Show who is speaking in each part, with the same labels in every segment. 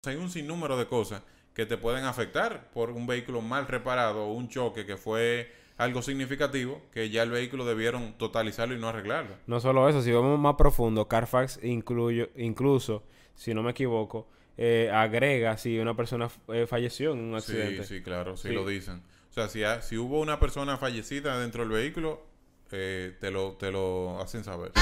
Speaker 1: Hay un sinnúmero de cosas que te pueden afectar por un vehículo mal reparado o un choque que fue algo significativo que ya el vehículo debieron totalizarlo y no arreglarlo.
Speaker 2: No solo eso, si vamos más profundo, Carfax incluso, si no me equivoco, agrega si una persona falleció en un
Speaker 1: Sí,
Speaker 2: accidente.
Speaker 1: sí, claro, sí lo
Speaker 2: Sí.
Speaker 1: dicen. O sea, si hubo una persona fallecida dentro del vehículo, te lo hacen saber.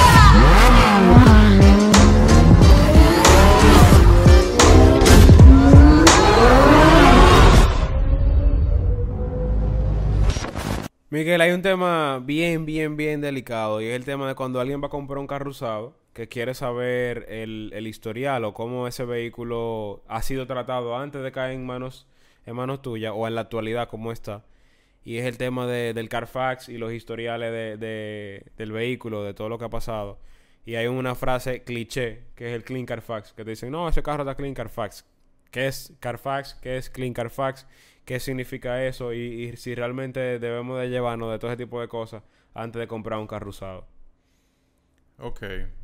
Speaker 2: Miguel, hay un tema bien delicado y es el tema de cuando alguien va a comprar un carro usado que quiere saber el historial o cómo ese vehículo ha sido tratado antes de caer en manos tuyas o en la actualidad cómo está. Y es el tema del Carfax y los historiales del vehículo, de todo lo que ha pasado. Y hay una frase cliché, que es el Clean Carfax, que te dicen, no, ese carro está Clean Carfax. ¿Qué es Carfax? ¿Qué es Clean Carfax? ¿Qué significa eso? Y si realmente debemos de llevarnos de todo ese tipo de cosas antes de comprar un carro usado.
Speaker 1: Ok,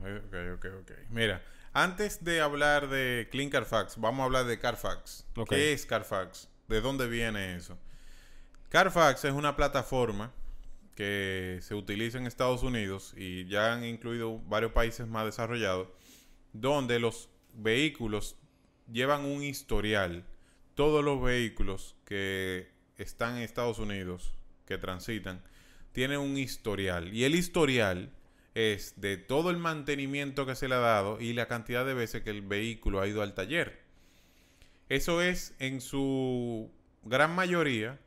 Speaker 1: ok. Mira, antes de hablar de Clean Carfax, vamos a hablar de Carfax.
Speaker 2: Ok.
Speaker 1: ¿Qué es Carfax? ¿De dónde viene eso? Carfax es una plataforma que se utiliza en Estados Unidos y ya han incluido varios países más desarrollados, donde los vehículos llevan un historial. Todos los vehículos que están en Estados Unidos, que transitan, tienen un historial. Y el historial es de todo el mantenimiento que se le ha dado y la cantidad de veces que el vehículo ha ido al taller. Eso es en su gran mayoría,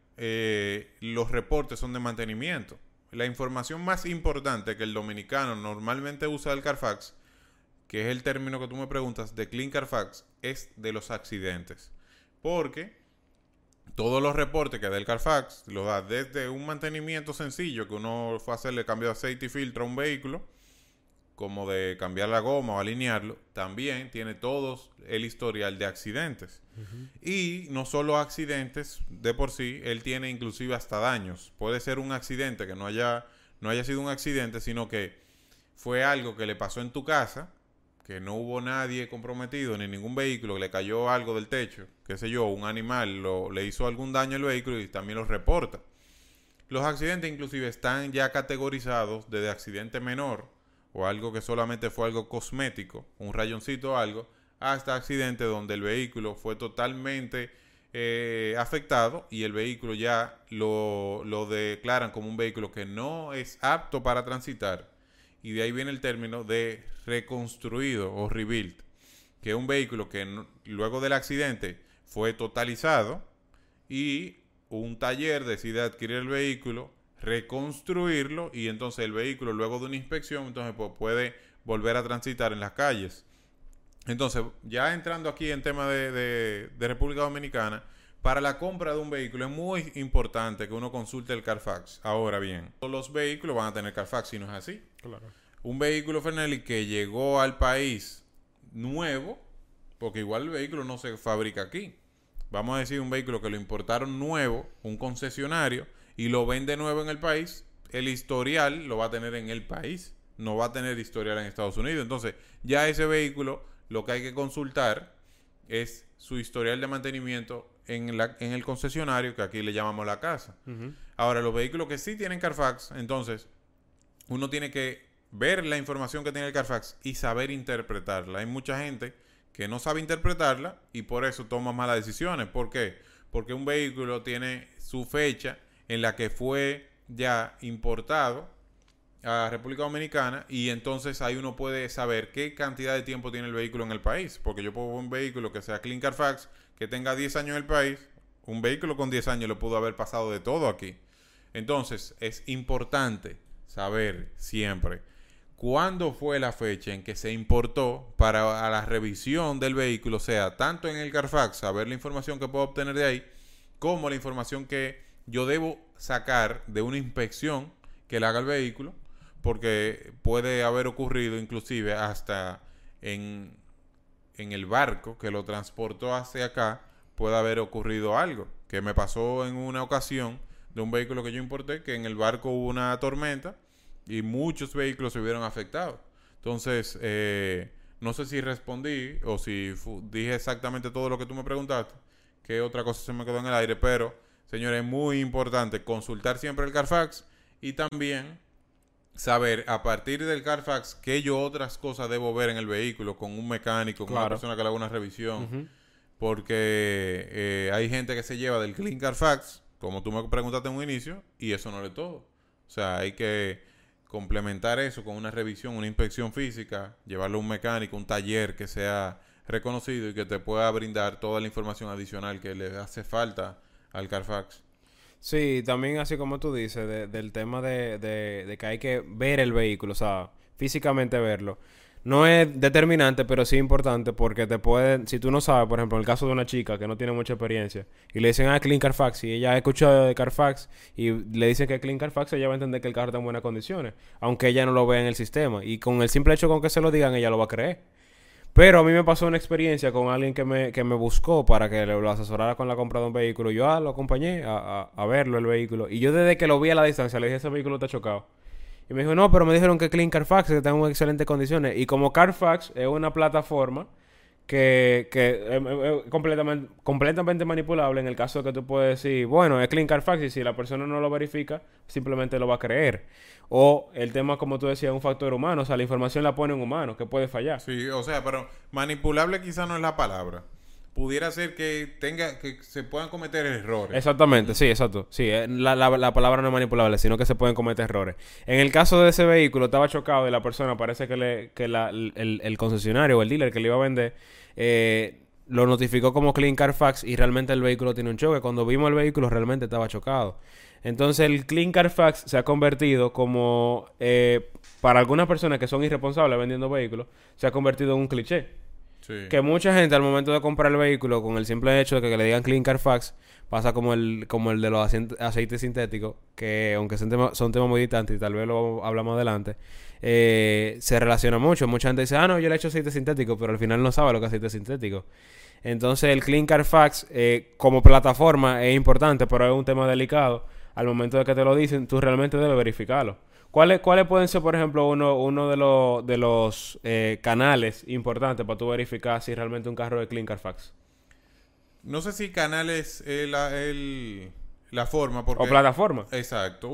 Speaker 1: los reportes son de mantenimiento. La información más importante que el dominicano normalmente usa del Carfax, que es el término que tú me preguntas, de Clean Carfax, es de los accidentes. Porque todos los reportes que da el Carfax los da desde un mantenimiento sencillo, que uno fue a hacerle cambio de aceite y filtro a un vehículo, como de cambiar la goma o alinearlo, también tiene todos el historial de accidentes.
Speaker 2: Ujú.
Speaker 1: Y no solo accidentes de por sí, él tiene inclusive hasta daños. Puede ser un accidente que no haya sido un accidente, sino que fue algo que le pasó en tu casa, que no hubo nadie comprometido ni ningún vehículo, que le cayó algo del techo, qué sé yo, un animal le hizo algún daño al vehículo y también lo reporta. Los accidentes inclusive están ya categorizados desde accidente menor o algo que solamente fue algo cosmético, un rayoncito o algo, hasta accidente donde el vehículo fue totalmente afectado y el vehículo ya lo declaran como un vehículo que no es apto para transitar. Y de ahí viene el término de reconstruido o rebuilt, que es un vehículo que luego del accidente fue totalizado y un taller decide adquirir el vehículo, reconstruirlo y entonces el vehículo luego de una inspección entonces pues, puede volver a transitar en las calles. Entonces, ya entrando aquí en tema de República Dominicana, para la compra de un vehículo es muy importante que uno consulte el Carfax. Ahora bien, todos los vehículos van a tener Carfax si no es así.
Speaker 2: Claro.
Speaker 1: Un vehículo Fernelli que llegó al país nuevo, porque igual el vehículo no se fabrica aquí. Vamos a decir un vehículo que lo importaron nuevo, un concesionario, y lo vende nuevo en el país, el historial lo va a tener en el país, no va a tener historial en Estados Unidos. Entonces, ya ese vehículo lo que hay que consultar es su historial de mantenimiento en el concesionario, que aquí le llamamos la casa.
Speaker 2: Ujú.
Speaker 1: Ahora, los vehículos que sí tienen Carfax, entonces, uno tiene que ver la información que tiene el Carfax y saber interpretarla. Hay mucha gente que no sabe interpretarla y por eso toma malas decisiones. ¿Por qué? Porque un vehículo tiene su fecha en la que fue ya importado a República Dominicana y entonces ahí uno puede saber qué cantidad de tiempo tiene el vehículo en el país. Porque yo puedo ver un vehículo que sea Clean Carfax, que tenga 10 años en el país, un vehículo con 10 años le pudo haber pasado de todo aquí. Entonces es importante saber siempre cuándo fue la fecha en que se importó para a la revisión del vehículo, sea tanto en el Carfax, saber la información que puedo obtener de ahí, como la información que yo debo sacar de una inspección que le haga el vehículo, porque puede haber ocurrido inclusive hasta en, en el barco que lo transportó hacia acá, puede haber ocurrido algo, que me pasó en una ocasión de un vehículo que yo importé, que en el barco hubo una tormenta y muchos vehículos se vieron afectados. Entonces, No sé si respondí o si dije exactamente todo lo que tú me preguntaste, que otra cosa se me quedó en el aire, pero, señores, es muy importante consultar siempre el Carfax y también saber a partir del Carfax qué yo otras cosas debo ver en el vehículo con un mecánico, con una persona que le haga una revisión, porque hay gente que se lleva del Clean Carfax, como tú me preguntaste en un inicio, y eso no es todo. O sea, hay que complementar eso con una revisión, una inspección física, llevarlo a un mecánico, un taller que sea reconocido y que te pueda brindar toda la información adicional que le hace falta al Carfax.
Speaker 2: Sí, también así como tú dices, del tema de que hay que ver el vehículo, o sea, físicamente verlo. No es determinante, pero sí importante porque te pueden, si tú no sabes, por ejemplo, en el caso de una chica que no tiene mucha experiencia y le dicen, Clean Carfax, y ella ha escuchado de Carfax y le dicen que es Clean Carfax, ella va a entender que el carro está en buenas condiciones, aunque ella no lo vea en el sistema. Y con el simple hecho con que se lo digan, ella lo va a creer. Pero a mí me pasó una experiencia con alguien que me buscó para que lo asesorara con la compra de un vehículo. Yo lo acompañé a verlo, el vehículo. Y yo desde que lo vi a la distancia le dije, ese vehículo está chocado. Y me dijo, no, pero me dijeron que Clean Carfax, que está en excelentes condiciones. Y como Carfax es una plataforma que es completamente manipulable en el caso de que tú puedes decir, bueno, es Clean Carfax y si la persona no lo verifica, simplemente lo va a creer. O el tema, como tú decías, un factor humano, o sea, la información la pone un humano, que puede fallar.
Speaker 1: Sí, o sea, pero manipulable quizá no es la palabra. Pudiera ser que se puedan cometer errores.
Speaker 2: Exactamente, sí, exacto. Sí, la palabra no es manipulable, sino que se pueden cometer errores. En el caso de ese vehículo, estaba chocado y la persona parece que el concesionario o el dealer que le iba a vender lo notificó como Clean Carfax y realmente el vehículo tiene un choque. Cuando vimos el vehículo, realmente estaba chocado. Entonces, el Clean Carfax se ha convertido como, para algunas personas que son irresponsables vendiendo vehículos, se ha convertido en un cliché.
Speaker 1: Sí.
Speaker 2: Que mucha gente al momento de comprar el vehículo, con el simple hecho de que le digan Clean Carfax, pasa como el de los aceites sintéticos, que aunque son temas muy distantes y tal vez lo hablamos adelante, se relaciona mucho. Mucha gente dice, no, yo le he hecho aceite sintético, pero al final no sabe lo que es aceite sintético. Entonces el Clean Carfax como plataforma es importante, pero es un tema delicado. Al momento de que te lo dicen, tú realmente debes verificarlo. ¿Cuáles pueden ser, por ejemplo, uno de los canales importantes para tú verificar si realmente un carro es Clean Carfax?
Speaker 1: No sé si canal es la forma. Porque,
Speaker 2: o plataforma.
Speaker 1: Exacto.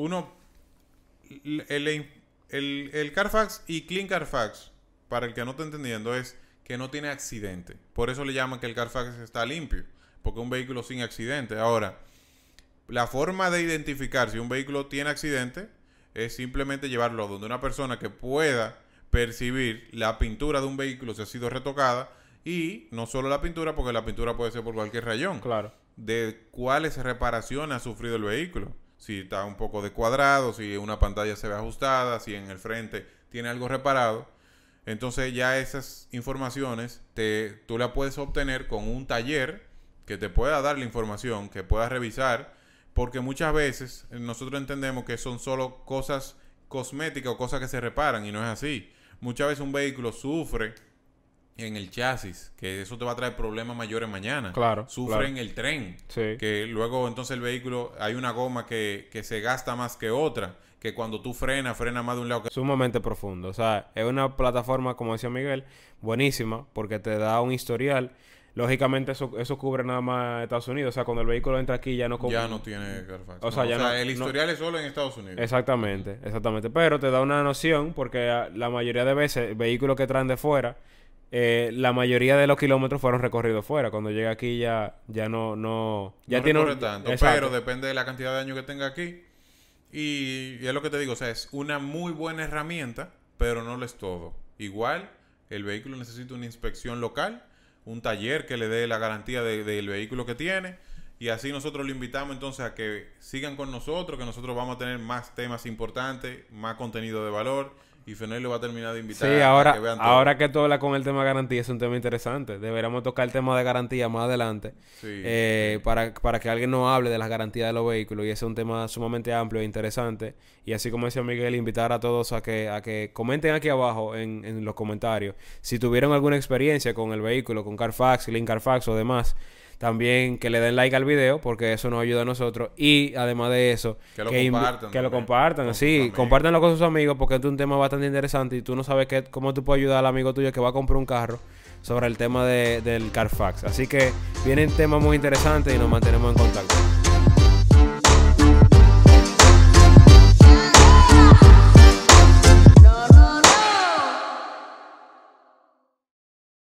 Speaker 1: El Carfax y Clean Carfax, para el que no está entendiendo, es que no tiene accidente. Por eso le llaman que el Carfax está limpio, porque es un vehículo sin accidente. Ahora, la forma de identificar si un vehículo tiene accidente es simplemente llevarlo donde una persona que pueda percibir la pintura de un vehículo si ha sido retocada, y no solo la pintura, porque la pintura puede ser por cualquier rayón.
Speaker 2: Claro.
Speaker 1: De cuáles reparaciones ha sufrido el vehículo. Si está un poco descuadrado, si una pantalla se ve ajustada, si en el frente tiene algo reparado. Entonces ya esas informaciones tú las puedes obtener con un taller que te pueda dar la información, que puedas revisar, porque muchas veces nosotros entendemos que son solo cosas cosméticas o cosas que se reparan, y no es así. Muchas veces un vehículo sufre en el chasis, que eso te va a traer problemas mayores mañana.
Speaker 2: Claro.
Speaker 1: Sufre en el tren,
Speaker 2: sí.
Speaker 1: Que luego entonces el vehículo, hay una goma que se gasta más que otra, que cuando tú frena más de un lado que...
Speaker 2: Sumamente profundo. O sea, es una plataforma, como decía Miguel, buenísima, porque te da un historial. Lógicamente eso cubre nada más Estados Unidos. O sea, cuando el vehículo entra aquí ya no cubre.
Speaker 1: Ya no tiene Carfax.
Speaker 2: O sea,
Speaker 1: el historial es solo en Estados Unidos.
Speaker 2: Exactamente. Pero te da una noción, porque la mayoría de veces vehículos que traen de fuera, la mayoría de los kilómetros fueron recorridos fuera. Cuando llega aquí ya no
Speaker 1: recorre tanto. Pero depende de la cantidad de años que tenga aquí. Y es lo que te digo, o sea, es una muy buena herramienta, pero no lo es todo. Igual, el vehículo necesita una inspección local, un taller que le dé la garantía del vehículo que tiene, y así nosotros lo invitamos entonces a que sigan con nosotros, que nosotros vamos a tener más temas importantes, más contenido de valor, y Fenel lo va a terminar de invitar.
Speaker 2: Sí, ahora que tú hablas con el tema de garantía, es un tema interesante. Deberíamos tocar el tema de garantía más adelante.
Speaker 1: Sí.
Speaker 2: Para que alguien nos hable de las garantías de los vehículos. Y ese es un tema sumamente amplio e interesante. Y así como decía Miguel, invitar a todos a que comenten aquí abajo en los comentarios si tuvieron alguna experiencia con el vehículo, con Carfax, Clean Carfax o demás. También que le den like al video porque eso nos ayuda a nosotros. Y además de eso,
Speaker 1: que lo compartan.
Speaker 2: Que lo compartan, sí, compártanlo con sus amigos porque es un tema bastante interesante y tú no sabes cómo tú puedes ayudar al amigo tuyo que va a comprar un carro sobre el tema del Carfax. Así que vienen temas muy interesantes y nos mantenemos en contacto.